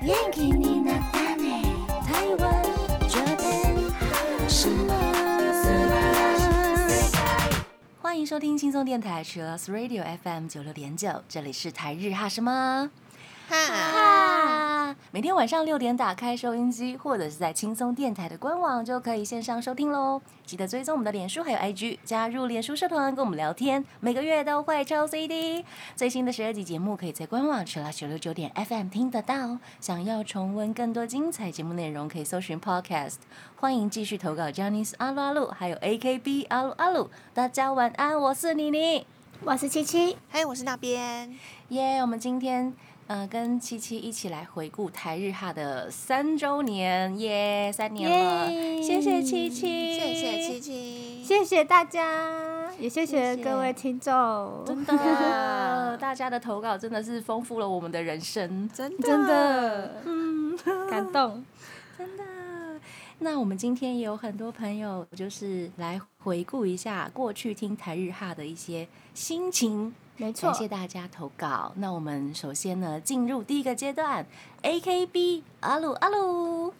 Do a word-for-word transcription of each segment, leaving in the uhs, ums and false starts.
元気になったね台湾这边什么欢迎收听轻松电台 Chillus Radio F M 九六点九，这里是台日哈什么哈，每天晚上六点打开收音机，或者是在轻松电台的官网就可以线上收听喽。记得追踪我们的脸书还有 I G， 加入脸书社团跟我们聊天，每个月都会抽 C D。最新的十二集节目可以在官网 Chillus 九六九点 F M 听得到。想要重温更多精彩节目内容，可以搜寻 Podcast。欢迎继续投稿 Johnny's 阿鲁阿鲁，还有 A K B 阿鲁阿鲁。大家晚安，我是妮妮， 我是七七， 嘿，我是那边。 耶、yeah, 我们今天。呃，跟七七一起来回顾台日哈的三周年，耶、yeah, ，三年了， yeah, 谢谢七七， 谢谢七七， 谢谢大家，也谢谢各位听众， 真的，大家的投稿真的是丰富了我们的人生， 真的， 真的，嗯，感动， 真的。那我们今天也有很多朋友，就是来回顾一下过去听台日哈的一些心情。 没错， 感谢大家投稿。那我们首先呢，进入第一个阶段 ，A K B 阿鲁阿鲁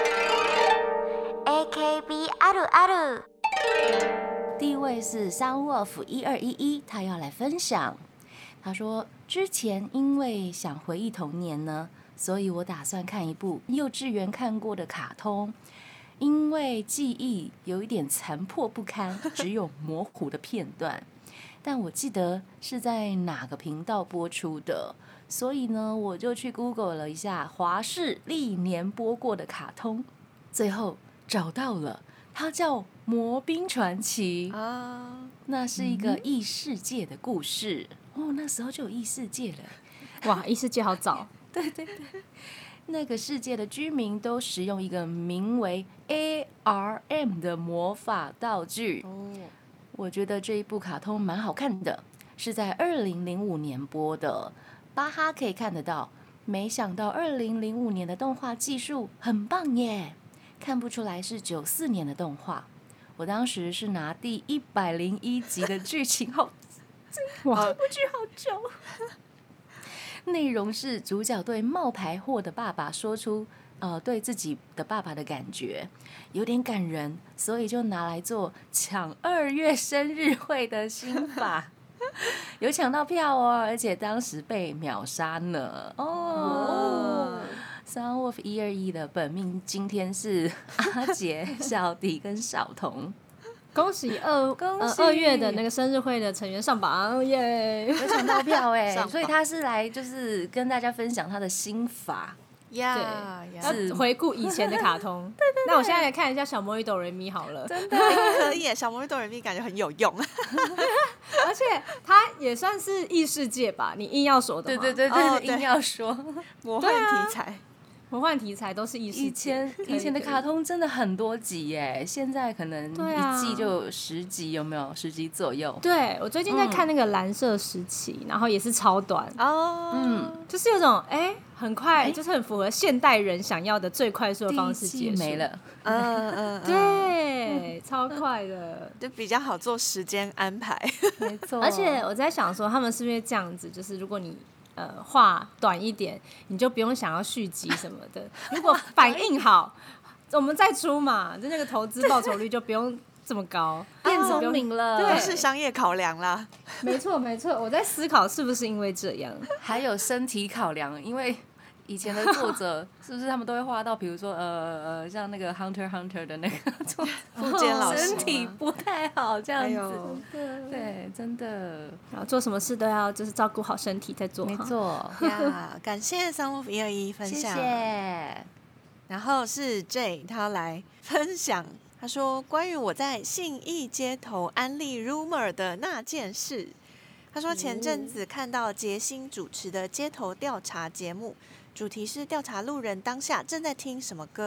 ，A K B 阿鲁阿鲁。第一位是 Sunwolf 一二一一，他要来分享。他说，之前因为想回忆童年呢，所以我打算看一部幼稚园看过的卡通。因为记忆有一点残破不堪，只有模糊的片段。但我记得是在哪个频道播出的，所以呢，我就去 Google 了一下华视历年播过的卡通，最后找到了，它叫《魔兵传奇》啊，那是一个异世界的故事、嗯、哦，那时候就有异世界了， 哇，异世界好早， 对对对，那个世界的居民都使用一个名为 A R M 的魔法道具哦。我觉得这一部卡通蛮好看的，是在二零零五年播的，巴哈可以看得到。没想到二零零五年的动画技术很棒耶，看不出来是九四年的动画。我当时是拿第一百零一集的剧情好，哇，这部剧好久。内容是主角对冒牌货的爸爸说出呃，对自己的爸爸的感觉有点感人，所以就拿来做抢二月生日会的新法，有抢到票哦，而且当时被秒杀呢。哦 ，Sunwolf 一二一的本命今天是阿杰、小迪跟小童。 恭喜二恭喜二、呃、月的那个生日会的成员上榜耶， 有抢到票哎，所以他是来就是跟大家分享他的新法。 呀、 yeah, yeah. 要回顾以前的卡通。对对对，那我现在来看一下小魔女哆瑞咪好了。 真的可以耶，小魔女哆瑞咪感觉很有用。 而且它也算是异世界吧，你硬要说的话。 对对对对， 哦、 硬要说魔幻题材。 魔幻题材都是异世界。 以前以前的卡通真的很多集耶，现在可能一季就有十集，有没有十集左右？ 对，我最近在看那个蓝色时期，嗯、然后也是超短哦， 嗯，就是有种哎、欸、很快、欸，就是很符合现代人想要的最快速的方式结束， 没了， 嗯嗯， 对，超快的， 就比较好做时间安排， 没错。 而且我在想说，他们是不是这样子？就是如果你呃，画短一点，你就不用想要续集什么的。如果反应好，我们再出嘛，就那个投资报酬率就不用这么高， 变聪明了， 对，是商业考量啦。 没错没错，我在思考是不是因为这样， 还有身体考量，因为以前的作者是不是他们都会画到，比如说呃呃，像那个 Hunter Hunter 的那个作者， 富坚老师身体不太好这样子， 哎、 对，真的， 然后做什么事都要就是照顾好身体再做好， 没错呀。感谢Sunwolf一二一分享， 谢谢。 然后是 J 他来分享，他说关于我在信义街头安利 Rumor 的那件事。他说前阵子看到杰星主持的街头调查节目，主题是调查路人当下正在听什么歌，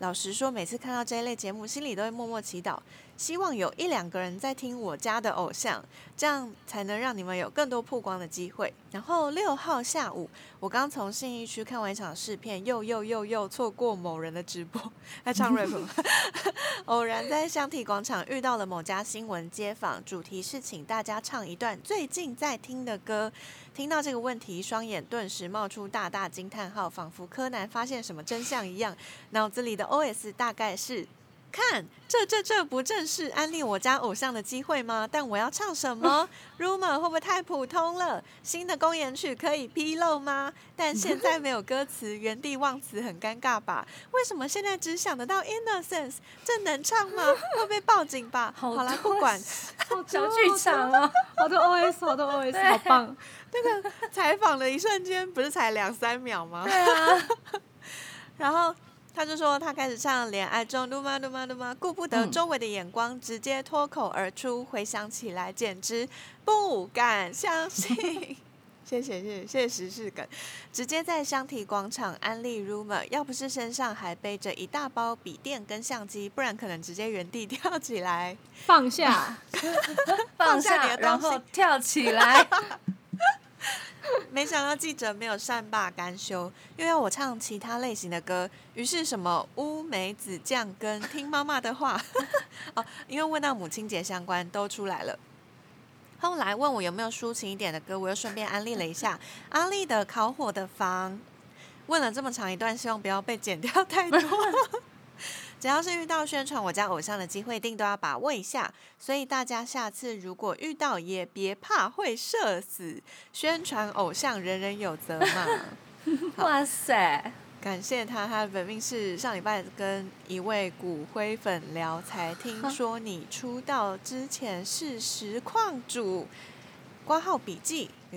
老实说，每次看到这一类节目，心里都会默默祈祷，希望有一两个人在听我家的偶像，这样才能让你们有更多曝光的机会。然后六号下午，我刚从信义区看完一场试片，又又又又错过某人的直播，在唱 rap 吗？偶然在香体广场遇到了某家新闻街访，主题是请大家唱一段最近在听的歌。听到这个问题，双眼顿时冒出大大惊叹号，仿佛柯南发现什么真相一样。脑子里的 O S 大概是：看，这这这不正是安利我家偶像的机会吗？但我要唱什么？Rumor 会不会太普通了？新的公演曲可以披露吗？但现在没有歌词，原地忘词很尴尬吧？为什么现在只想得到 Innocence？ 这能唱吗？会被报警吧？好啦，不管， 小剧场啊， 好多 O S， 好多 O S， 好棒。 那个采访的一瞬间，不是才两三秒吗？ 对啊。 然后他就说，他开始唱《恋爱中》，噜嘛噜嘛噜嘛，顾不得周围的眼光，直接脱口而出。回想起来，简直不敢相信。谢谢谢谢谢谢时事梗，直接在香体广场安利 Rumor， 要不是身上还背着一大包笔电跟相机，不然可能直接原地跳起来， 放下， 放下，然后跳起来。 没想到记者没有善罢甘休，又要我唱其他类型的歌，于是什么乌梅子酱跟听妈妈的话哦，因为问到母亲节相关都出来了。后来问我有没有抒情一点的歌，我又顺便安利了一下阿丽的《烤火的房》。问了这么长一段，希望不要被剪掉太多。只要是遇到宣传我家偶像的机会，一定都要把握一下。所以大家下次如果遇到，也别怕会社死。宣传偶像，人人有责嘛。 哇塞！ 感谢他，他的本命是上礼拜跟一位骨灰粉聊，才听说你出道之前是实况主。挂号笔记，欸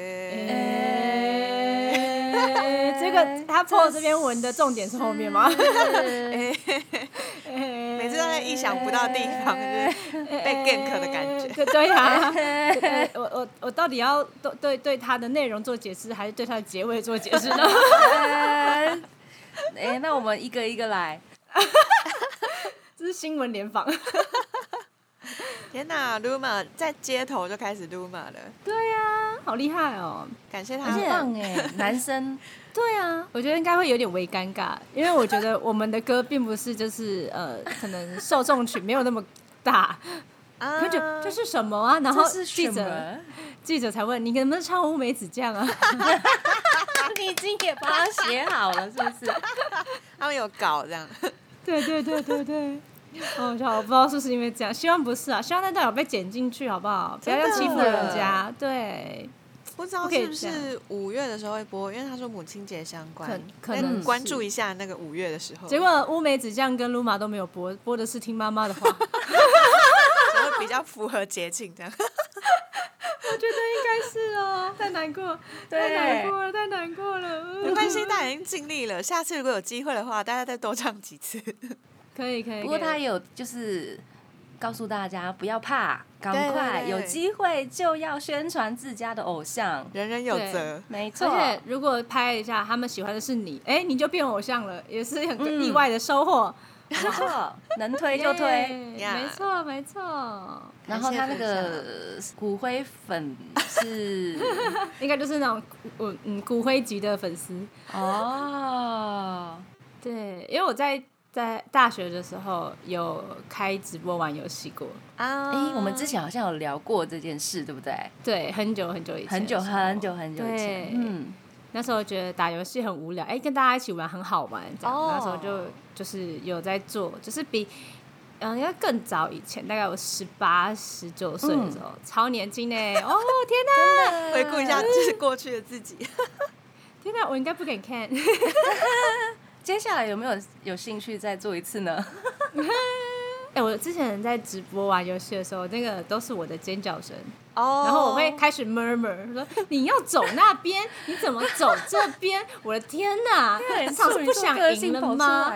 欸、这个他 po 这篇文的重点是后面吗？ 欸、每次都在意想不到的地方，就是被 gank 的感觉。 对对呀、啊，我我我到底要对对对他的内容做解释，还是对他的结尾做解释呢？ 哎、欸，那我们一个一个来。 这是新闻联访。 天哪 ，Rumor 在街头就开始 Rumor 了。 对呀、啊，好厉害哦！ 感谢他， 很棒哎，男生。 对啊，我觉得应该会有点微尴尬，因为我觉得我们的歌并不是就是呃，可能受众群没有那么大， 啊， 就觉得这是什么啊？然后记者记者才问你能不能唱乌梅子酱啊？ 你已经也帮他写好了，是不是？ 他们有稿这样。 对对对对对。哦，我不知道是不是因为这样，希望不是啊，希望那段有被剪进去，好不好？不要要欺负人家。对， 不知道是不是五月的时候会播，因为他说母亲节相关， 可能关注一下那个五月的时候。 结果乌梅子酱跟鲁玛都没有播，播的是听妈妈的话， 所以比较符合节庆这样。 我觉得应该是哦，太难过，太难过了，太难过了。 没关系，大家已经尽力了。下次如果有机会的话，大家再多唱几次。 可以可以。 不过他也有就是告诉大家不要怕，赶快有机会就要宣传自家的偶像， 人人有责， 没错。 而且如果拍一下他们喜欢的是你，哎，你就变偶像了，也是很意外的收获。 没错，能推就推， 没错没错。 然后他那个骨灰粉是应该就是那种嗯骨灰级的粉丝哦。 对，因为我在。在大学的时候有开直播玩游戏过啊，哎、欸，我们之前好像有聊过这件事，对不对？ 对，很久很久以前， 很久很久很久以前，嗯， 那时候觉得打游戏很无聊，哎、欸，跟大家一起玩很好玩，这样，哦、那时候就就是有在做，就是比嗯，应该更早以前，大概我十八十九岁的时候，嗯、超年轻呢，哦天哪， 回顾一下就是过去的自己， 天哪，我应该不敢看。 接下来有没有有兴趣再做一次呢？ 哎、欸，我之前在直播玩游戏的时候，那个都是我的尖叫声哦， oh. 然后我会开始 murmur 说：“你要走那边，你怎么走这边？我的天哪，场子不想赢了吗？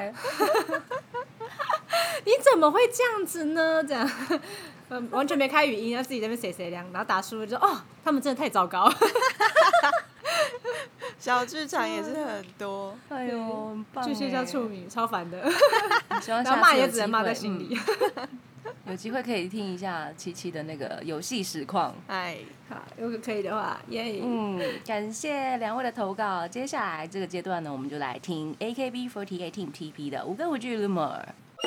你怎么会这样子呢？这样，完全没开语音，然后自己在那边谁谁凉，然后打输了就哦，他们真的太糟糕。” 小剧场也是很多。 哎呦，很棒！ 巨蟹叫处女，超烦的。 希望然后骂也只能骂在心里。 嗯、有机会可以听一下七七的那个游戏实况。 哎， 好，如果可以的话，耶、yeah 嗯，感谢两位的投稿。接下来这个阶段呢，我们就来听 A K B 四十八 Team T P 的五个五句 Rumor。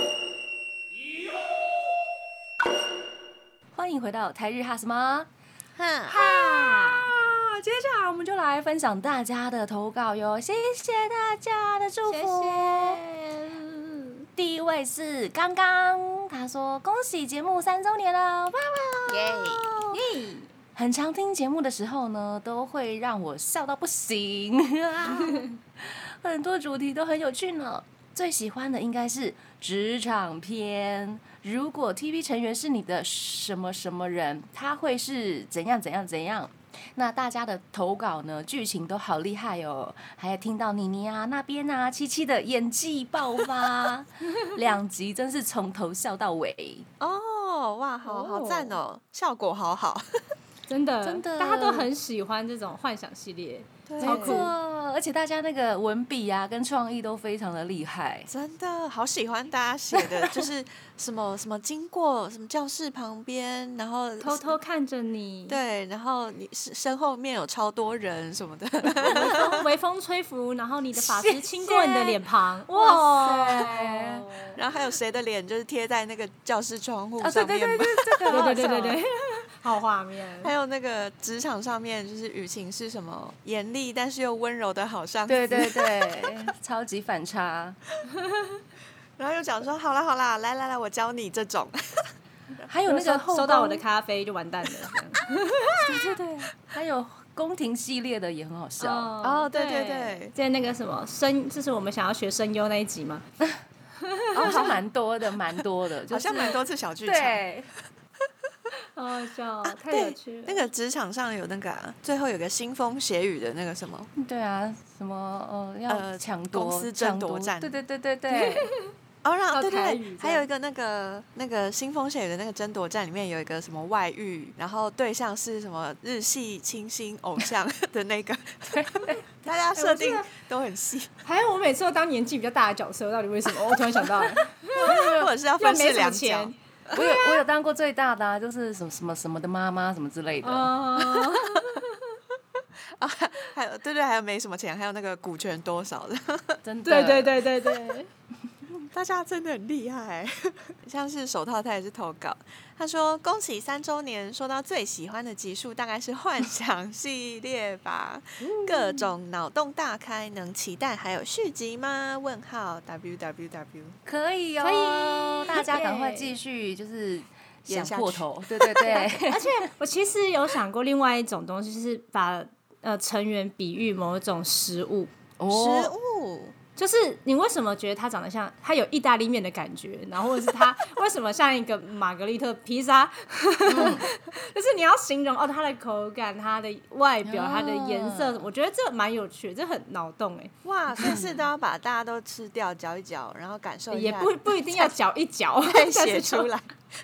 欢迎回到台日哈什么哈哈。接下来我们就来分享大家的投稿哟，谢谢大家的祝福。 谢谢。 第一位是刚刚，他说恭喜节目三周年了，哇哇！ 耶耶！很常听节目的时候呢，都会让我笑到不行，很多主题都很有趣呢。最喜欢的应该是职场篇。如果 T V 成员是你的什么什么人，他会是怎样怎样怎样。那大家的投稿呢，剧情都好厉害哦，还有听到妮妮啊那边啊七七的演技爆发，两集真是从头笑到尾哦，哇，好好赞哦，效果好好， 真的真的， 大家都很喜欢这种幻想系列。 超酷，而且大家那个文笔啊跟创意都非常的厉害， 真的好喜欢大家写的，就是什么什么经过什么教室旁边，然后偷偷看着你， 对，然后你身后面有超多人什么的， 微风微风吹拂，然后你的发丝经过你的脸庞，哇塞！ 然后还有谁的脸就是贴在那个教室窗户上面吗？ 对对对对，这个对对对对对。好画面， 还有那个职场上面，就是雨晴是什么严厉但是又温柔的好上司， 对对对，超级反差。 然后又讲说好啦好啦，来来来，我教你这种。 还有那个收到我的咖啡就完蛋了。 对对对，还有宫廷系列的也很好笑。 哦，对对对， 在那个什么声，这是我们想要学声优那一集吗？ 好像蛮多的，蛮多的， 好像蛮多次小剧场。 对。 好好笑、哦啊，太有趣了。 那个职场上有那个、啊，最后有个腥风血雨的那个什么？ 对啊，什么呃要抢夺、 公司争夺战？ 对对对对对。 哦，让对对对，还有一个那个那个腥风血雨的那个争夺战里面有一个什么外遇，然后对象是什么日系清新偶像的那个，大家设定都很细。 还有我每次都当年纪比较大的角色，到底为什么？我突然想到了， 或者是要分饰两角。 我有我有当过最大的、啊，就是什么什么什么的妈妈什么之类的。 Uh... 啊，还有对对，还有没什么钱，还有那个股权多少的， 真的。 对对对对对， 大家真的很厉害。像是手套他也是投稿，他说恭喜三周年，说到最喜欢的集数大概是幻想系列吧，各种脑洞大开，能期待还有续集吗？问号 W W W 可以哦， 可以， 大家赶快继续就是想破头，对对对。 而且我其实有想过另外一种东西，就是把呃成员比喻某一种食物， 哦、食物。 就是你为什么觉得它长得像，它有意大利面的感觉，然后或者是它为什么像一个玛格丽特披萨、嗯、就是你要形容哦它的口感、它的外表、它的颜色、哦、我觉得这蛮有趣的，这很脑洞哎。 哇，所以是都要把大家都吃掉，嚼一嚼，然后感受一下， 也不不一定要嚼一嚼再写出来。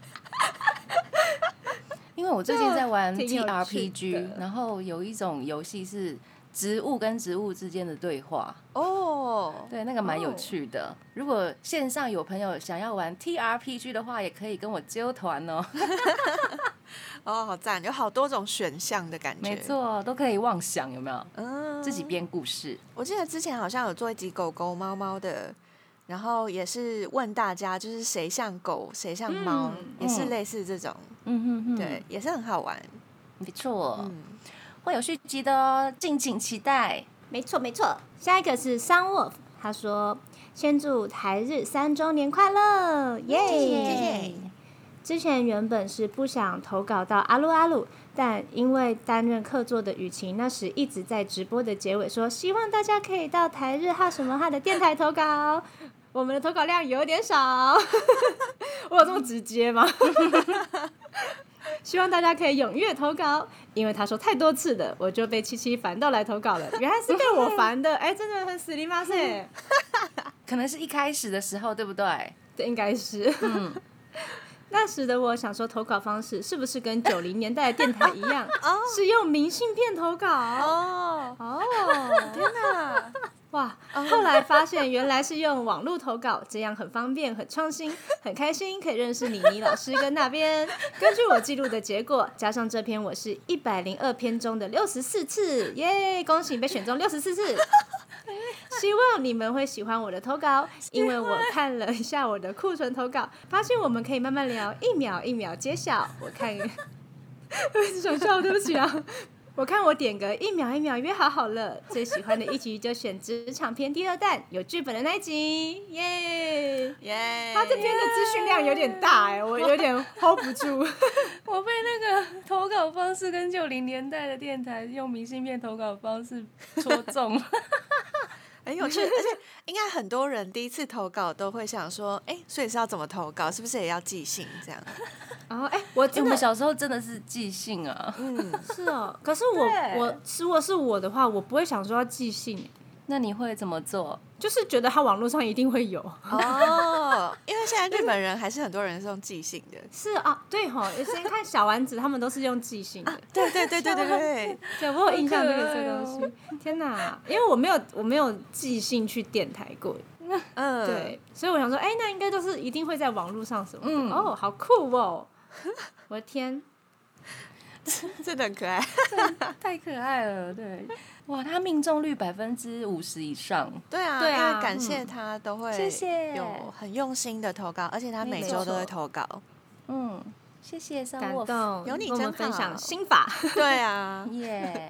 因为我最近在玩 T R P G， 然后有一种游戏是植物跟植物之间的对话哦， oh, 对，那个蛮有趣的。Oh. 如果线上有朋友想要玩 T R P G 的话，也可以跟我揪团哦。 哦，好赞，有好多种选项的感觉。 没错，都可以妄想，有没有？ 嗯， 自己编故事。 我记得之前好像有做一集狗狗猫猫的，然后也是问大家，就是谁像狗，谁像猫、嗯，也是类似这种。 嗯哼哼， 对，也是很好玩。 没错。嗯，会有续集的哦，敬请期待。 没错没错，下一个是 Sunwolf， 他说先祝台日三周年快乐，耶、yeah! 谢谢。 之前原本是不想投稿到阿鲁阿鲁，但因为担任客座的雨晴那时一直在直播的结尾说希望大家可以到台日哈什么哈的电台投稿，我们的投稿量有点少。我有这么直接吗？希望大家可以踊跃投稿，因为他说太多次了，我就被七七烦到来投稿了。原来是被我烦的，哎、欸，真的很死里马塞。 可能是一开始的时候，对不对？ 对，应该是。 嗯。 那时的我想说，投稿方式是不是跟九零年代的电台一样，是用明信片投稿？ 哦哦， 天哇！后来发现原来是用网络投稿，这样很方便、很创新、很开心，可以认识妮妮老师跟那边。根据我记录的结果，加上这篇我是一百零二篇中的六十四次，耶！恭喜你被选中六十四次。希望你们会喜欢我的投稿，因为我看了一下我的库存投稿，发现我们可以慢慢聊，一秒一秒揭晓。我看，我一直想笑，对不起啊。我看我点个一秒一秒约好好了，最喜欢的一集就选职场篇第二弹，有剧本的那一集，耶耶！他这边的资讯量有点大哎、欸，我有点 hold 不住。 我被那个投稿方式跟九零年代的电台用明信片投稿方式戳中。 很有趣，而且应该很多人第一次投稿都会想说，哎、欸，所以是要怎么投稿？是不是也要寄信这样？ 然后，哎，我真的、欸、 我们小时候真的是寄信啊， 嗯，是哦。可是我我如果是我的话，我不会想说要寄信。 那你会怎么做？ 就是觉得他网络上一定会有哦，因为现在日本人还是很多人是用寄信的。 是啊，对哈、哦，以前看小丸子他们都是用寄信的。啊、 对对对对对对， 对我有印象这个这个东西。天哪，因为我没有我没有寄信去电台过。嗯，对，所以我想说，哎、欸，那应该都是一定会在网络上什么的。嗯，哦，好酷哦！我的天， 真的很可爱， 太可爱了，对。哇，他命中率百分之五十以上。 对啊，对啊，因为感谢他都会谢谢有很用心的投稿，而且他每周都会投稿。 嗯，谢谢三感动， 有你真好， 跟我们分享心法。 对啊， 耶、yeah 。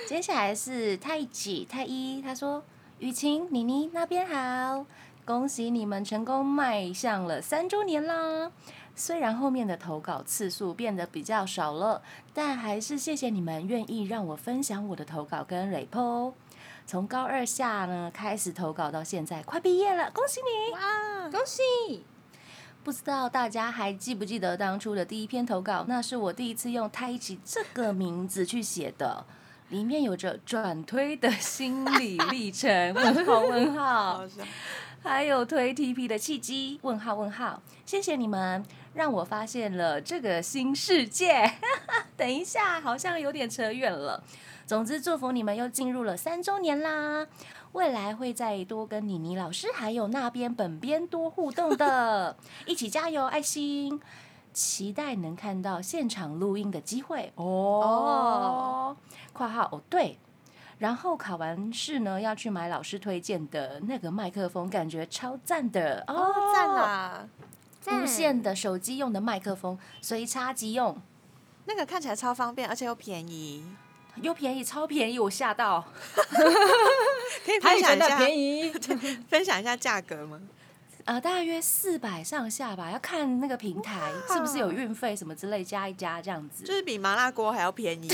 接下来是太几太一，他说：“雨晴、妮妮那边好，恭喜你们成功迈向了三周年啦！虽然后面的投稿次数变得比较少了，但还是谢谢你们愿意让我分享我的投稿跟 report。从高二下呢开始投稿到现在，快毕业了，恭喜你！ 哇， 恭喜！ 不知道大家还记不记得当初的第一篇投稿？那是我第一次用太一起这个名字去写的。”里面有着转推的心理历程，问号问号，还有推 T P 的契机，问号问号。谢谢你们，让我发现了这个新世界。等一下，好像有点扯远了。总之，祝福你们又进入了三周年啦！未来会再多跟妮妮老师还有那边本编多互动的，一起加油，爱心！期待能看到现场录音的机会哦。括号哦对，然后考完试呢要去买老师推荐的那个麦克风，感觉超赞的哦，赞啦！ 无线的手机用的麦克风，随插即用， 那个看起来超方便，而且又便宜， 又便宜，超便宜，我吓到。 可以分享一下便宜， 分享一下价格吗？ 呃，大约四百上下吧，要看那个平台是不是有运费什么之类，加一加这样子， 就是比麻辣锅还要便宜。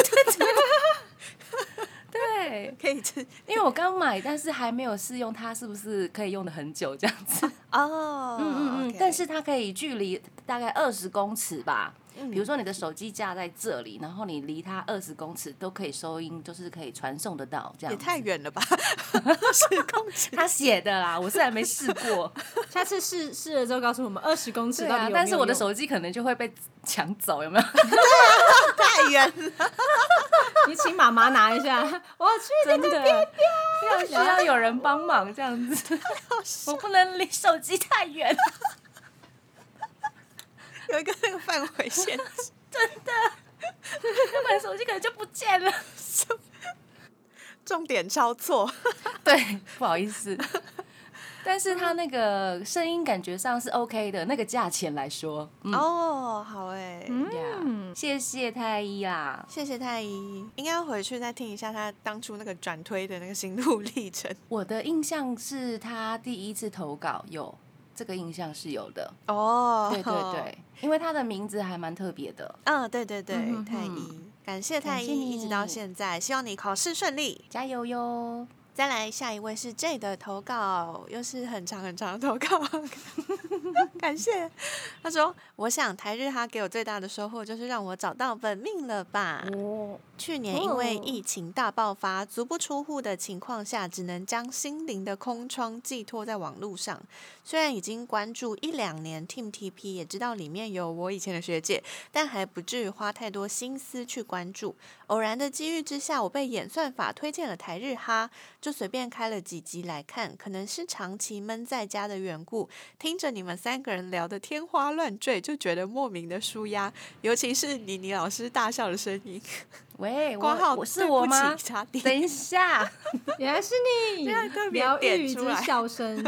对， 可以吃， 因为我刚买，但是还没有试用它是不是可以用的很久这样子。 哦， 嗯嗯嗯， okay 但是它可以距离大概二十公尺吧。 嗯、 比如说你的手机架在这里，然后你离它二十公尺都可以收音，就是可以传送得到这样。 也太远了吧，二十公尺。 他写的啦，我是还没试过。 下次试试了之后告诉我们二十公尺到底有没有用。 但是我的手机可能就会被抢走，有没有？ 太远了。 你请妈妈拿一下，我要去那个边边， 要需要有人帮忙这样子。我不能离手机太远。 有一个那个范围限制， 真的，要不然手机可能就不见了。 重点抄错， 对，不好意思。但是它那个声音感觉上是 OK 的，那个价钱来说， 嗯、哦，好哎、欸， 嗯， yeah, 谢谢太一啦， 谢谢太一，应该要回去再听一下他当初那个转推的那个心路历程。 我的印象是他第一次投稿有。这个印象是有的哦， 对对对，因为他的名字还蛮特别的。 嗯，对对对， 嗯、 太一，感谢太一，一直到现在，希望你考试顺利， 加油哟！ 再来下一位是 J 的投稿，又是很长很长的投稿，感谢。他说：“我想台日哈给我最大的收获就是让我找到本命了吧。” 哦， 去年因为疫情大爆发，足不出户的情况下，只能将心灵的空窗寄托在网络上。虽然已经关注一两年 Team T P， 也知道里面有我以前的学姐，但还不至于花太多心思去关注。偶然的机遇之下，我被演算法推荐了台日哈，就随便开了几集来看。可能是长期闷在家的缘故，听着你们三个人聊得天花乱坠，就觉得莫名的舒压，尤其是妮妮老师大笑的声音。 喂， 挂号我是我吗？等一下， 原来是你， 特别疗点愈之出来笑声。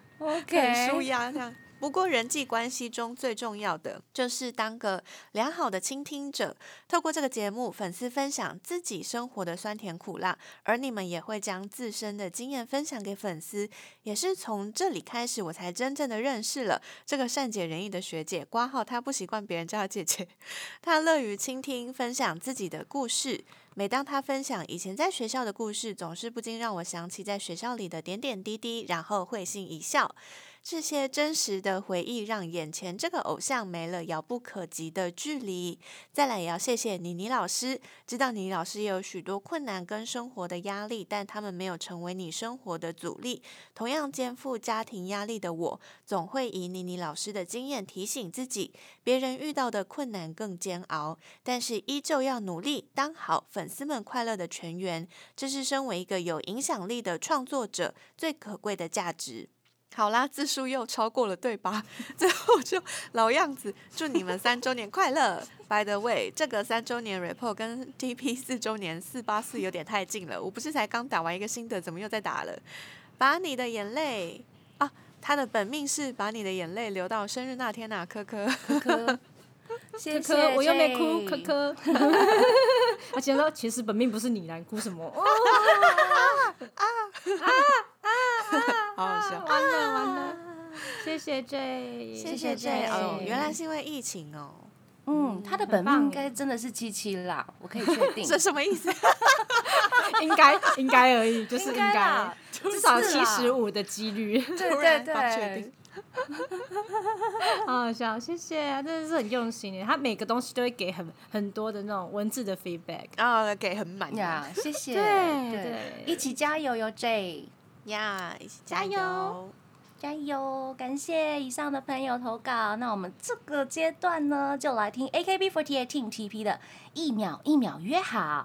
OK， 很舒压这样。不过人际关系中最重要的就是当个良好的倾听者。透过这个节目，粉丝分享自己生活的酸甜苦辣，而你们也会将自身的经验分享给粉丝。也是从这里开始，我才真正的认识了这个善解人意的学姐。挂号她不习惯别人叫她姐姐，她乐于倾听分享自己的故事。每当他分享以前在学校的故事，总是不禁让我想起在学校里的点点滴滴，然后会心一笑。这些真实的回忆让眼前这个偶像没了遥不可及的距离。再来也要谢谢妮妮老师，知道妮妮老师也有许多困难跟生活的压力，但他们没有成为你生活的阻力。同样肩负家庭压力的我，总会以妮妮老师的经验提醒自己，别人遇到的困难更煎熬，但是依旧要努力当好粉丝们快乐的全员，这是身为一个有影响力的创作者最可贵的价值。好啦，字数又超过了，对吧？最后就老样子，祝你们三周年快乐。By the way， 这个三周年 report 跟 T P 四周年四八四有点太近了，我不是才刚打完一个新的，怎么又在打了？把你的眼泪啊，他的本命是把你的眼泪流到生日那天啊，科科科科。谢谢， 科科我又没哭，科科。而且说，其实本命不是你啦，你哭什么？哦、 啊啊啊啊！好好笑， 完了完了。谢谢 J， 谢谢 J。哦，原来是因为疫情哦。 嗯，他的本命应该真的是七七啦，我可以确定。 这什么意思？ 应该应该而已，就是应该， 应该至少七十五的几率。 对对对， 确定。 好好笑，谢谢啊，真的是很用心耶。他每个东西都会给很很多的那种文字的 feedback， 啊、哦，给很满呀，谢谢， 对对， 一起加油哟 J， 呀，一起加油。 加油加油！感谢以上的朋友投稿。那我们这个阶段呢，就来听 A K B 四十八 Team T P 的一秒一秒约好。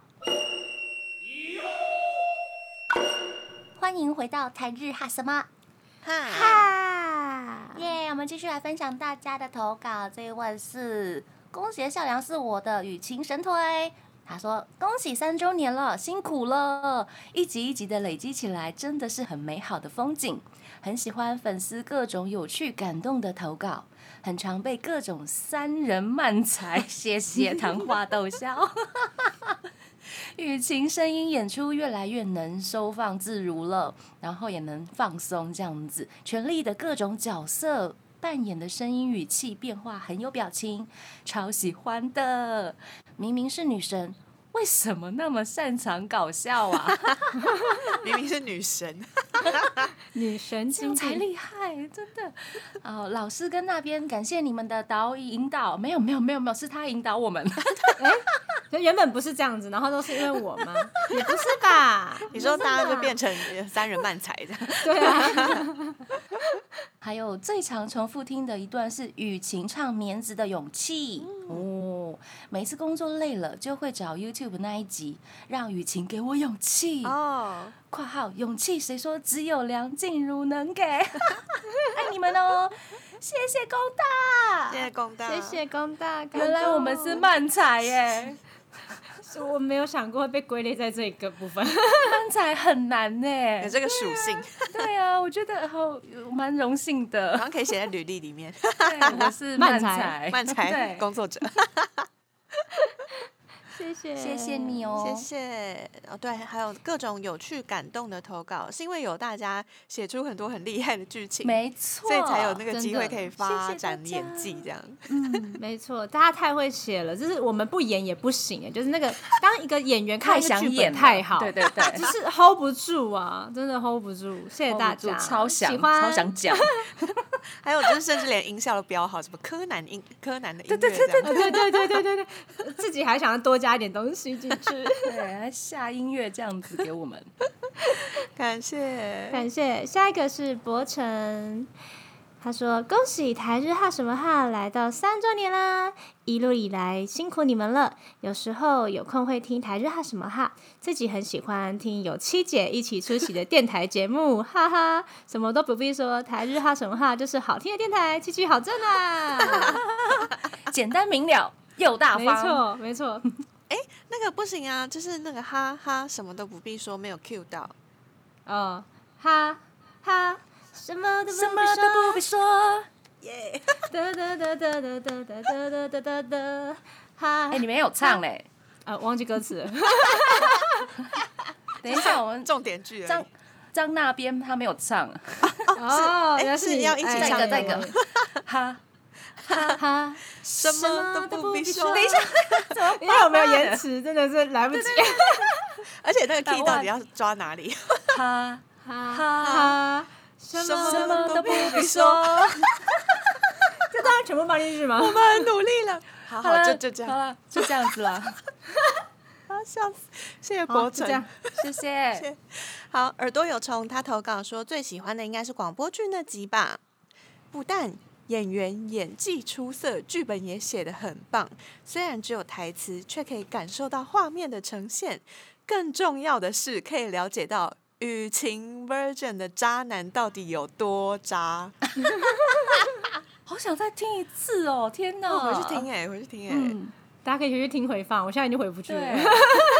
欢迎回到台日哈什么哈耶！我们继续来分享大家的投稿。这一位是恭喜孝良是我的雨晴神推。他说：“恭喜三周年了，辛苦了！一集一集的累积起来，真的是很美好的风景。很喜欢粉丝各种有趣感动的投稿，很常被各种三人漫才，谢谢谈话逗笑。雨晴声音演出越来越能收放自如了，然后也能放松这样子，全力的各种角色。”扮演的声音语气变化很有表情，超喜欢的。明明是女神，为什么那么擅长搞笑啊？ 明明是女神， 女神这样才厉害，真的。哦，老师跟那边感谢你们的导引导，没有没有没有没有，是他引导我们。 哎就原本不是这样子，然后都是因为我吗？也不是吧？ 你说大家就变成三人漫才这样？ 对啊。 还有最常重复听的一段是雨晴唱《棉子的勇气》哦，每次工作累了就会找 YouTube 那一集，让雨晴给我勇气哦。 括号勇气谁说只有梁静茹能给？爱你们哦！谢谢龚大， 谢谢龚大， 谢谢龚大。 原来我们是漫才耶！ 我没有想过会被归类在这个部分， 漫才很难呢， 有这个属性。 对啊，我觉得好蛮荣幸的， 然后可以写在履历里面。 对，我是漫才， 漫才工作者。 谢谢， 谢谢你哦， 谢谢哦。对，还有各种有趣感动的投稿，是因为有大家写出很多很厉害的剧情， 没错， 所以才有那个机会可以发展演技这样。 嗯，没错，大家太会写了，就是我们不演也不行哎，就是那个当一个演员看一个剧本太好， 对对对， 就是 hold 不住啊，真的 hold 不住。谢谢大家， 超想喜欢超想讲。 还有就是甚至连音效都标好，什么柯南音柯南的音乐， 对对对对对对对对对，自己还想要多加。 加一点东西进去。 对，还下音乐这样子给我们。 感谢感谢。下一个是博成，他说：“恭喜台日哈什么哈来到三周年啦！一路以来辛苦你们了。有时候有空会听台日哈什么哈，自己很喜欢听有七姐一起出席的电台节目，哈哈，什么都不必说，台日哈什么哈就是好听的电台，七七好正啊！ 简单明了又大方， 没错，没错。 那个不行啊，就是那个哈哈什么都不必说，没有 cue 到。 哦，哈哈，什么都不必什么都不必说。 耶！ 哒哒哒哒哒哒哒哒哒哒哒，哈。 哎，你没有唱嘞？ 啊，忘记歌词了。 等一下，我们重点句而已张张那边他没有唱， 哦， 哎原来是要一起哎唱再一个有有有哈。 哈哈， 什么都不必说。 等一下，怎么因为我没有延迟，真的是来不及。 而且那个 key 打完到底要抓哪里？ 哈哈哈， 哈，什什么什么都不必说说。 这当然全部放进去吗？ 我们很努力了。好好， 好了， 就就这样。 好了，就这样子了。 啊，笑死！谢谢好博成就这样。 谢谢。 好，耳朵有虫，他投稿说最喜欢的应该是广播剧那集吧。不但演员演技出色，剧本也写得很棒，虽然只有台词，却可以感受到画面的呈现。更重要的是，可以了解到雨晴 version 的渣男到底有多渣。 好想再听一次哦！天哪， 我回去听哎、回去听哎、 嗯， 大家可以回去听回放，我现在已经回不去了。 对，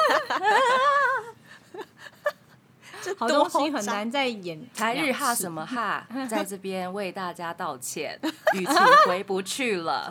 这好多东西很渣难再演。 台日哈什么哈，在这边为大家道歉，雨晴回不去了。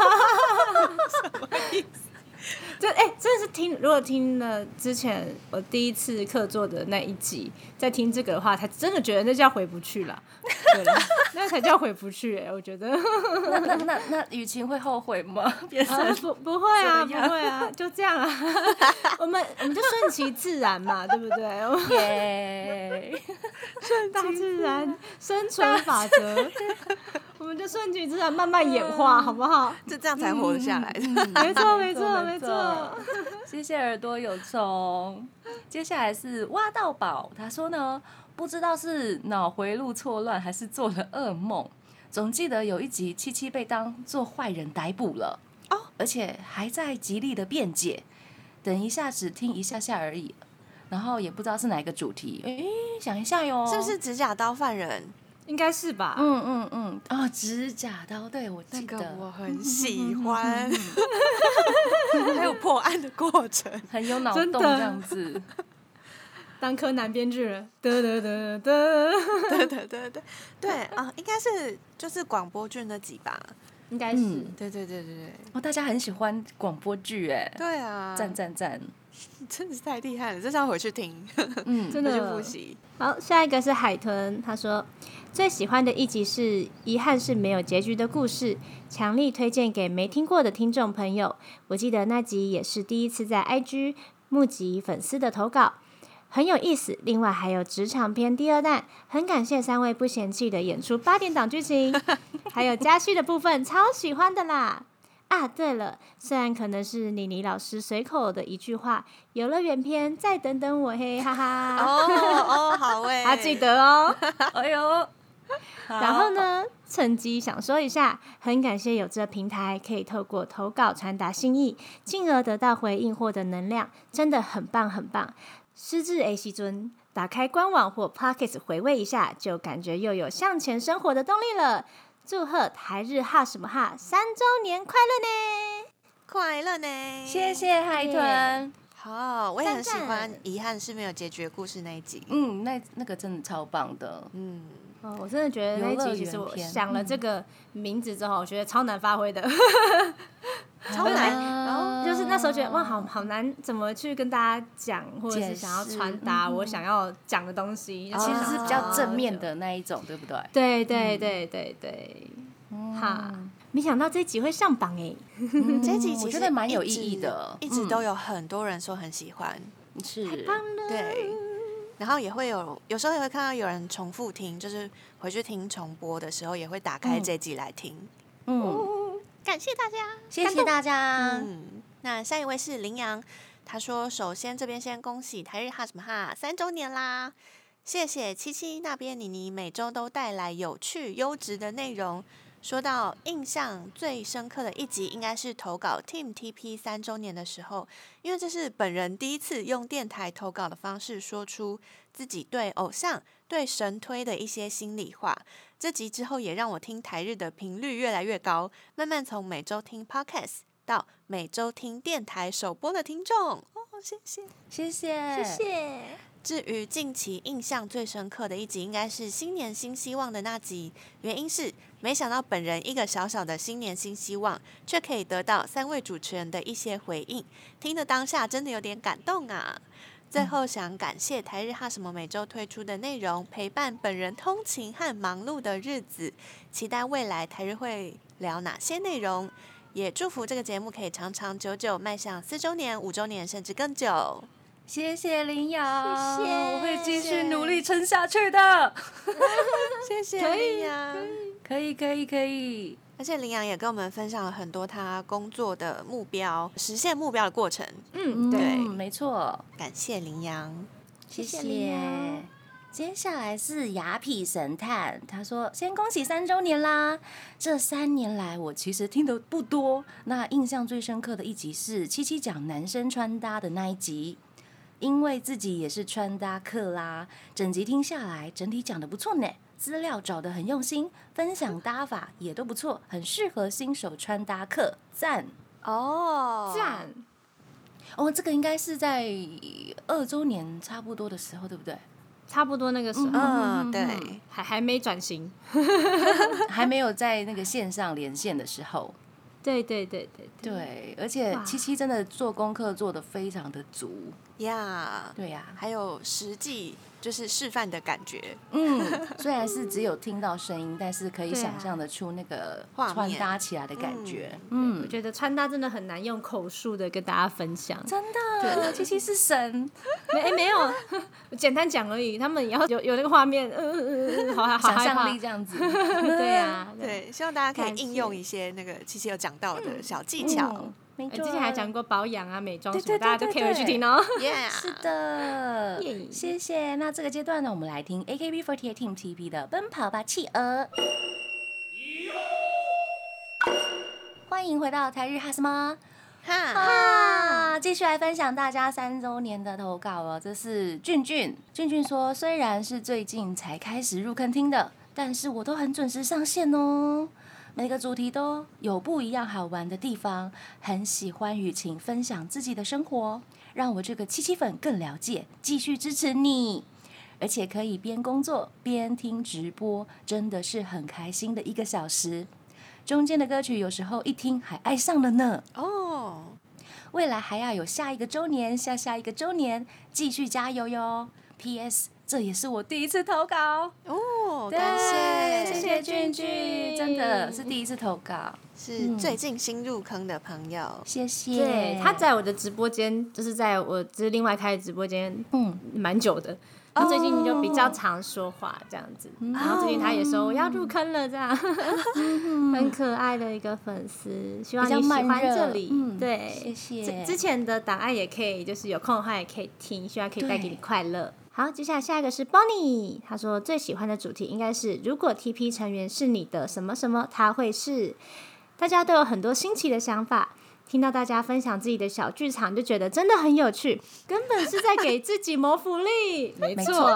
这哎、真的是听，如果听了之前我第一次客座的那一集，再听这个的话，才真的觉得那叫回不去了。对了，那才叫回不去哎、我觉得。 那那那那雨晴会后悔吗？变成啊、不不会啊，不这样会啊，就这样啊。我们我们就顺其自然嘛，对不对？我们耶， 大自然生存法则，我们就顺其自然，慢慢演化，好不好？ 就这样才活得下来的。 没错，没错，没没错错。 谢谢耳朵有虫。接下来是挖到宝，他说呢，不知道是脑回路错乱还是做了噩梦，总记得有一集七七被当做坏人逮捕了哦， 而且还在极力的辩解。等一下只听一下下而已，然后也不知道是哪一个主题，哎，想一下哟， 是不是指甲刀犯人？ 应该是吧？ 嗯嗯嗯，啊、哦，指甲刀，对我那个记得， 我很喜欢，还有破案的过程。 很有脑真的洞这样子。 当柯南编剧了，得得得得， 对对对对对啊，应该是就是广播剧那集吧。 应该是。 嗯对对对对对哦，大家很喜欢广播剧，哎， 对啊， 赞赞赞， 真的是太厉害了，这是要回去听， 嗯， 真回去的复习。 好，下一个是海豚，他说最喜欢的一集是遗憾是没有结局的故事，强力推荐给没听过的听众朋友。我记得那集也是第一次在 I G 募集粉丝的投稿，很有意思。另外还有职场篇第二弹，很感谢三位不嫌弃的演出八点档剧情，还有加戏的部分，超喜欢的啦。啊，对了，虽然可能是妮妮老师随口的一句话，游乐园篇再等等我嘿，哈哈。 哦哦，好诶， 他记得哦。 哎呦， 然后呢，趁机想说一下，很感谢有这平台可以透过投稿传达心意，进而得到回应，获得能量，真的很棒很棒。失智 A 西尊，打开官网或 Podcast 回味一下，就感觉又有向前生活的动力了。祝贺台日哈什么哈三周年快乐呢！ 快乐呢， 谢谢海豚。 好，我也很喜赞欢赞遗憾是没有结局的故事那一集。 嗯，那那个真的超棒的。 嗯， 哦，我真的觉得那一集其实我想了这个名字之后，我觉得超难发挥的， 超难。 然后就是那时候觉得哇，好好难，怎么去跟大家讲，或者是想要传达我想要讲的东西， 其实是比较正面的。 的那一种，对不对？ 对对对对对，哈，没想到这一集会上榜哎， 嗯这一集其实我觉得蛮有一直意义的， 一直都有很多人说很喜欢。 嗯是。 对，然后也会有，有时候也会看到有人重复听，就是回去听重播的时候，也会打开这集来听。 嗯， 感谢大家， 谢谢大家。 嗯， 那下一位是林阳，他说首先这边先恭喜台日哈什么哈三周年啦，谢谢七七那边妮妮每周都带来有趣优质的内容。说到印象最深刻的一集，应该是投稿 Team T P 三周年的时候，因为这是本人第一次用电台投稿的方式说出自己对偶像、对神推的一些心里话。这集之后也让我听台日的频率越来越高，慢慢从每周听 Podcast 到每周听电台首播的听众。哦，谢谢， 谢谢， 谢谢。 至于近期印象最深刻的一集，应该是新年新希望的那集。原因是没想到本人一个小小的新年新希望，却可以得到三位主持人的一些回应，听的当下真的有点感动啊。最后想感谢台日哈什么每周推出的内容，陪伴本人通勤和忙碌的日子。期待未来台日会聊哪些内容，也祝福这个节目可以长长久久，迈向四周年、五周年，甚至更久。 谢谢林瑶， 谢谢我会继续努力撑下去的。 谢谢林阳， 可以可以可以。 而且林阳也跟我们分享了很多他工作的目标、实现目标的过程。 嗯， 对嗯，没错， 感谢林阳， 谢谢谢林阳。 接下来是雅痞神探，他说：“先恭喜三周年啦！这三年来，我其实听的不多，那印象最深刻的一集是七七讲男生穿搭的那一集。”因为自己也是穿搭客啦，整集听下来，整体讲得不错呢，资料找得很用心，分享搭法也都不错，很适合新手穿搭客，赞哦， 赞哦！这个应该是在二周年差不多的时候，对不对？ 差不多那个时候， 嗯，对， 还还没转型， 还没有在那个线上连线的时候。 对对对对对，而且七七真的做功课做得非常的足呀， 对呀、 还有实际就是示范的感觉， 嗯，虽然是只有听到声音，但是可以对啊想象得出那个画面穿搭起来的感觉。 我嗯， 觉得穿搭真的很难用口述的跟大家分享。 真的，七七是神， 没、欸、没有，简单讲而已。他们也要有有那个画面，嗯嗯嗯，好好想害怕象力这样子。 对啊， 对，希望大家可以感谢应用一些那个七七有讲到的小技巧嗯，没欸错， 之前还讲过保养啊、美妆什么， 对对对大家都可以回去听哦。 耶， 是的耶， 谢谢。那这个阶段呢，我们来听 A K B四十八 Team T P 的《奔跑吧企鹅》。欢迎回到台日哈什么哈， 啊！继续来分享大家三周年的投稿哦。这是俊俊，俊俊说，虽然是最近才开始入坑听的，但是我都很准时上线哦。每个主题都有不一样好玩的地方，很喜欢雨晴分享自己的生活，让我这个七七粉更了解，继续支持你。而且可以边工作边听直播，真的是很开心的一个小时。中间的歌曲有时候一听还爱上了呢。 哦， 未来还要有下一个周年，下下一个周年，继续加油哟。P S 这也是我第一次投稿哦， 对感谢， 谢谢俊俊，真的是第一次投稿， 是最近新入坑的朋友， 谢谢。 对，他在我的直播间，就是在我就是另外开的直播间， 嗯蛮久的。他最近就比较常说话这样子，然后最近他也说我要入坑了，这样很可爱的一个粉丝，希望你喜欢这里。 嗯、 对， 谢谢。 之前的档案也可以，就是有空的话也可以听，希望可以带给你快乐。好，接下来下一个是 Bonnie， 他说最喜欢的主题应该是如果 T P 成员是你的什么什么，他会是。大家都有很多新奇的想法。听到大家分享自己的小剧场，就觉得真的很有趣，根本是在给自己谋福利。没错，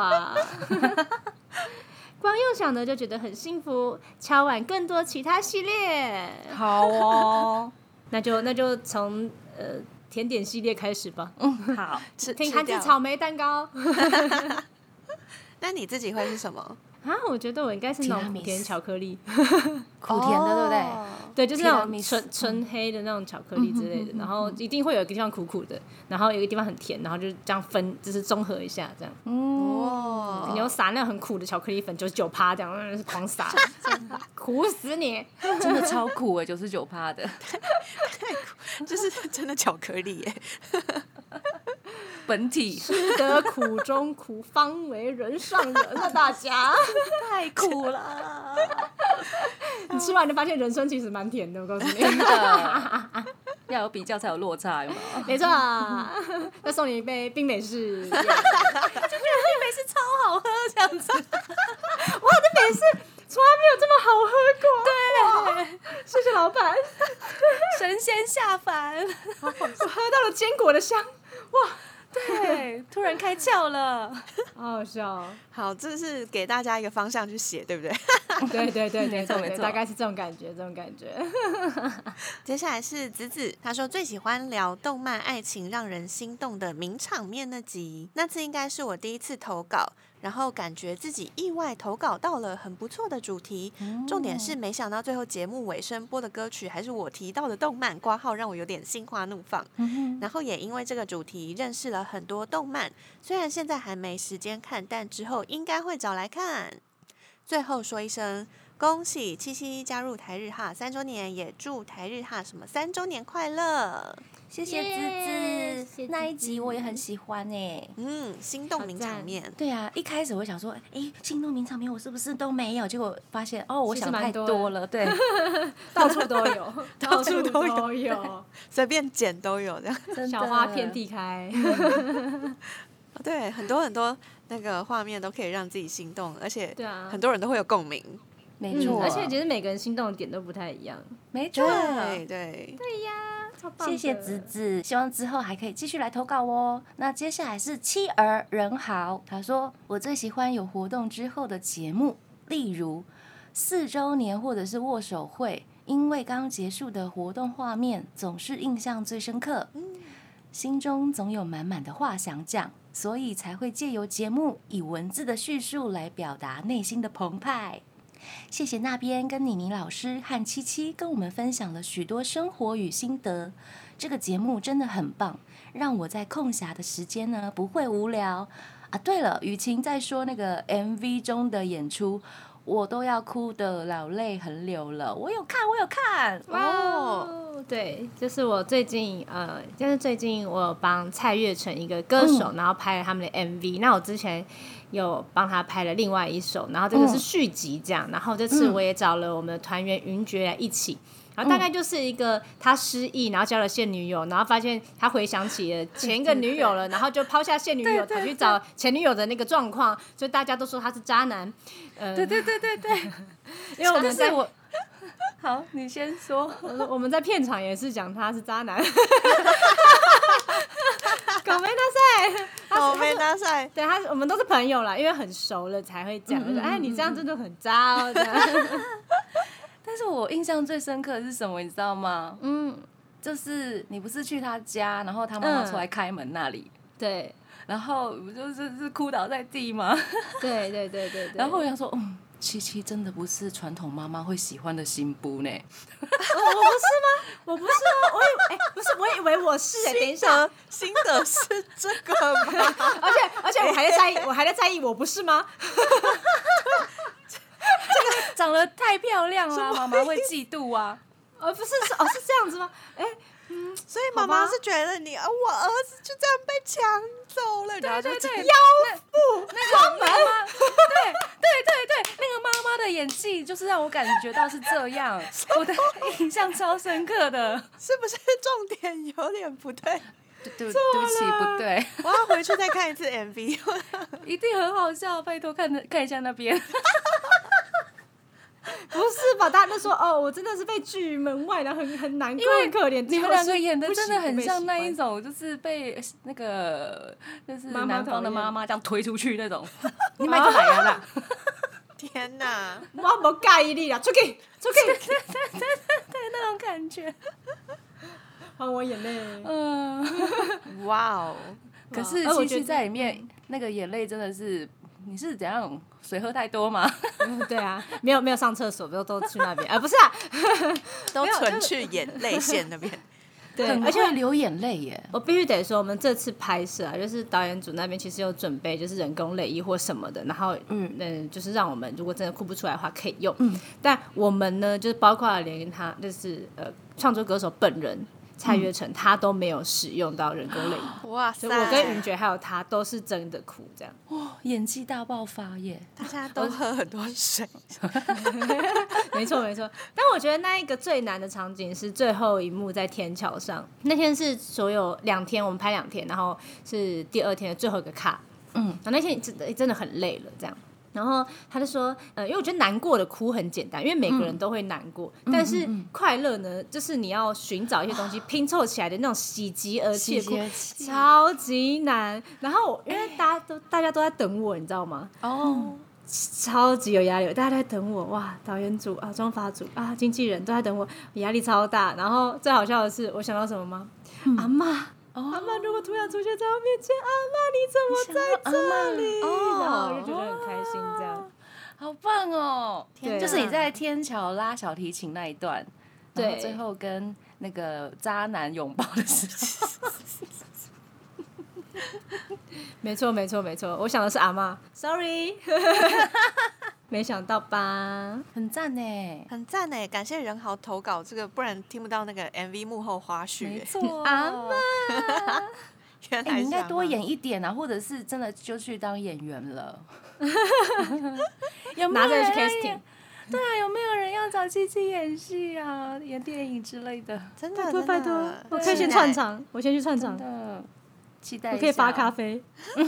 光用想的就觉得很幸福。敲碗更多其他系列， 好哦， 那就那就从呃甜点系列开始吧。 嗯，好， 听韩式草莓蛋糕。 那你自己会是什么？ 啊，我觉得我应该是那种苦甜巧克力， 苦甜的，对不对？ 对，就是那种纯纯黑的那种巧克力之类的，然后一定会有一个地方苦苦的，然后有一个地方很甜，然后就这样分，就是综合一下这样。 哦， 你有撒那很苦的巧克力粉，九十九趴这样，狂撒，苦死你！ 真的超苦哎，九十九趴的， 太苦，就是真的巧克力耶。 本体吃得苦中苦，方为人上人啊！大家太苦了， 你吃完就发现人生其实蛮甜的，我告诉你。 真的。 要有比较才有落差，有没有？ 没错啊，要送你一杯冰美式，就觉得冰美式超好喝，这样子。 哇，这美式从来没有这么好喝过。对，谢谢老板， 神仙下凡， 我喝到了坚果的香，哇！ 对，突然开窍了， 好好笑哦。 好，这是给大家一个方向去写，对不对？ 对对对对对， 没错没错大概是这种感觉，这种感觉。 接下来是子子，他说最喜欢聊动漫爱情让人心动的名场面那集，那次应该是我第一次投稿，然后感觉自己意外投稿到了很不错的主题， 嗯重点是没想到最后节目尾声播的歌曲还是我提到的动漫，挂号让我有点心花怒放。 嗯然后也因为这个主题认识了很多动漫，虽然现在还没时间看，但之后应该会找来看。最后说一声恭喜七七加入台日哈三周年，也祝台日哈什么三周年快乐。 谢谢耶谢子谢子，那一子子集我也很喜欢哎。 嗯，心动名场面。 对啊，一开始我想说，哎，心动名场面我是不是都没有？结果发现，哦，我其实想太蛮多的多了，对， 到处都有， 到处都有都有， 随便捡都有这样。 真的小花遍地开。 对，很多很多那个画面都可以让自己心动，而且对啊很多人都会有共鸣。 嗯没错， 而且其实每个人心动的点都不太一样。 没错， 对对， 对呀，超棒的！ 谢谢子子，希望之后还可以继续来投稿哦。那接下来是妻儿人豪，他说我最喜欢有活动之后的节目，例如四周年或者是握手会，因为刚结束的活动画面总是印象最深刻，心中总有满满的话想讲，所以才会借由节目以文字的叙述来表达内心的澎湃。谢谢那边跟妮妮老师和七七跟我们分享了许多生活与心得，这个节目真的很棒，让我在空暇的时间呢不会无聊啊。对了，雨晴在说那个 M V 中的演出，我都要哭的老泪横流了。我有看，我有看哦，对，就是我最近呃，就是最近我有帮蔡月成一个歌手， 嗯、 然后拍了他们的 M V。那我之前有帮他拍了另外一首，然后这个是续集这样。然后这次我也找了我们的团员云爵来一起。然后大概就是一个他失忆，然后交了现女友，然后发现他回想起了前一个女友了，然后就抛下现女友，跑去找前女友的那个状况，所以大家都说他是渣男。 呃、对对对对对， 因为我们在我好，你先说。 我们在片场也是讲他是渣男。搞没大赛， 搞没大赛， 对他，我们都是朋友啦，因为很熟了才会讲。嗯嗯嗯嗯哎，你这样真的很渣哦，这样。 但是我印象最深刻的是什么，你知道吗？ 嗯， 就是你不是去他家，然后他妈妈出来开门那里， 嗯、对， 然后不就是是哭倒在地吗？ 对对对对对。 然后我想说，嗯，七七真的不是传统妈妈会喜欢的新妇呢。 我不是吗？我不是啊，我以哎、欸、不是，我以为我是哎、欸。等一下， 新的是这个吗？ 而且而且我还在在意，我还在在意我不是吗？ 这个长得太漂亮了，妈妈会嫉妒啊！ 哦，不是，是哦，是这样子吗？哎、欸，嗯， 所以妈妈是觉得你，我儿子就这样被抢走了，然后就对对对， 妖妇， 那个妈妈，对对对对，那个妈妈的演技就是让我感觉到是这样，我的印象超深刻的， 是不是重点有点不对？ 对对对不起，不对， 我要回去再看一次 M V， 一定很好笑，拜托看看一下那边。 不是吧？大家都说哦，我真的是被拒于门外的，很很难过，很可怜。 你们两个演的真的很像那一种，就是被那个就是男方的妈妈这样推出去那种。你买个来呀啦！ 天哪， 我没介意你啦，出去，出去！ 对对对对对，那种感觉。 还我眼泪。 嗯，哇哦！ 可是其实在里面那个眼泪真的是。你是怎样水喝太多吗？ 嗯、对啊，没有没有上厕所，都都去那边，呃，不是啊， 都存去眼泪腺那边。 对，而且流眼泪耶。 我必须得说，我们这次拍摄啊，就是导演组那边其实有准备，就是人工泪液或什么的，然后嗯嗯，就是让我们如果真的哭不出来的话可以用。嗯，但我们呢，就是包括连他就是呃创作歌手本人。 蔡月成他都没有使用到人工泪液。 哇塞！ 所以我跟云爵还有他都是真的哭，这样哇，演技大爆发耶！ 大家都喝很多水， 没错没错。但我觉得那一个最难的场景是最后一幕在天桥上，那天是所有两天，我们拍两天，然后是第二天的最后一个卡，嗯，然后那天真的真的很累了，这样。然后他就说，呃，因为我觉得难过的哭很简单，因为每个人都会难过，嗯、但是快乐呢，就是你要寻找一些东西拼凑起来的那种喜极而泣的哭，超级难。然后因为大家都大家都在等我，你知道吗？哦，超级有压力，大家都在等我，哇，导演组啊、妆发组啊、经纪人都在等我，压力超大。然后最好笑的是，我想到什么吗？嗯、阿嬷。哦、阿嬷如果突然出现在我面前，阿嬷你怎么在这里？哦、然后我就觉得很开心，这样好棒哦！就是你在天桥拉小提琴那一段，然后最后跟那个渣男拥抱的时候。 没错没错没错，我想的是阿嬷 ，sorry， 没想到吧？ 很赞呢， 很赞呢！感谢仁豪投稿这个，不然听不到那个 M V 幕后花絮。 没错， 阿嬷， 原来、 欸、你应该多演一点啊，或者是真的就去当演员了。有没有人拿着去 casting？ 对啊，有没有人要找七七演戏啊，演电影之类的？ 真的， 拜托拜托，我可以先串场，我先去串场。 期待一下， 我可以发咖啡。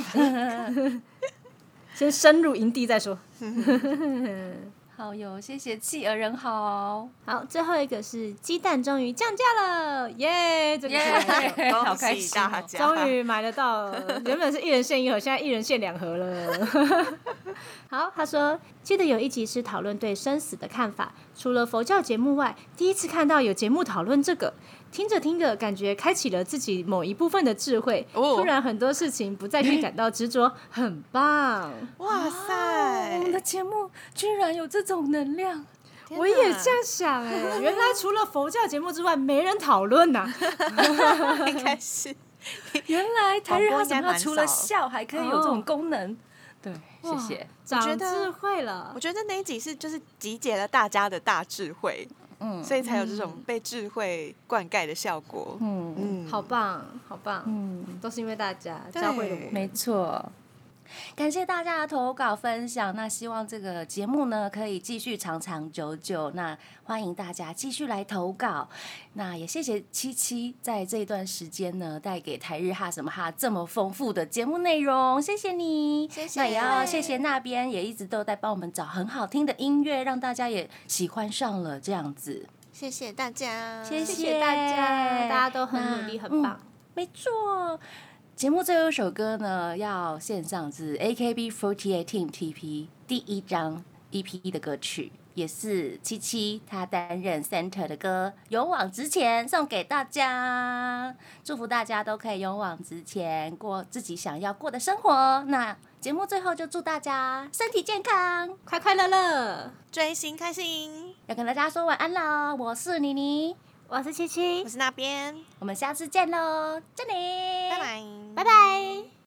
先深入营地再说。 好哟，谢谢企鹅人好。 好，最后一个是鸡蛋终于降价了，耶！这个是好开心大家， 终于买得到了。原本是一人限一盒，现在一人限两盒了。好，他说记得有一集是讨论对生死的看法，除了佛教节目外，第一次看到有节目讨论这个。听着听着，感觉开启了自己某一部分的智慧，哦、突然很多事情不再去感到执着，很棒！ 哇塞， 哦、我们的节目居然有这种能量， 我也这样想哎、欸，原来除了佛教节目之外，没人讨论呐。 应该是， 原来台日哈什么除了笑还可以有这种功能。哦、对，谢谢， 长智慧了。 我觉得那一集是就是集结了大家的大智慧。嗯，所以才有这种被智慧灌溉的效果。嗯嗯，好棒，好棒。嗯，都是因为大家教会了我。 没错，感谢大家的投稿分享。那希望这个节目呢可以继续长长久久。那欢迎大家继续来投稿。那也谢谢七七在这一段时间呢带给台日哈什么哈这么丰富的节目内容，谢谢你。 谢谢。 那也要谢谢那边也一直都在帮我们找很好听的音乐，让大家也喜欢上了这样子。 谢谢大家， 谢谢大家，大家都很努力，很棒。 嗯、没错。节目最后一首歌呢，要献上自 A K B四十八 Team T P 第一张 E P 的歌曲，也是七七他担任 center 的歌《勇往直前》，送给大家，祝福大家都可以勇往直前，过自己想要过的生活。那节目最后就祝大家身体健康， 快快乐乐， 追星开心。 要跟大家说晚安了，我是妮妮， 我是七七， 我是那边， 我们下次见喽，这里， 拜拜， 拜拜。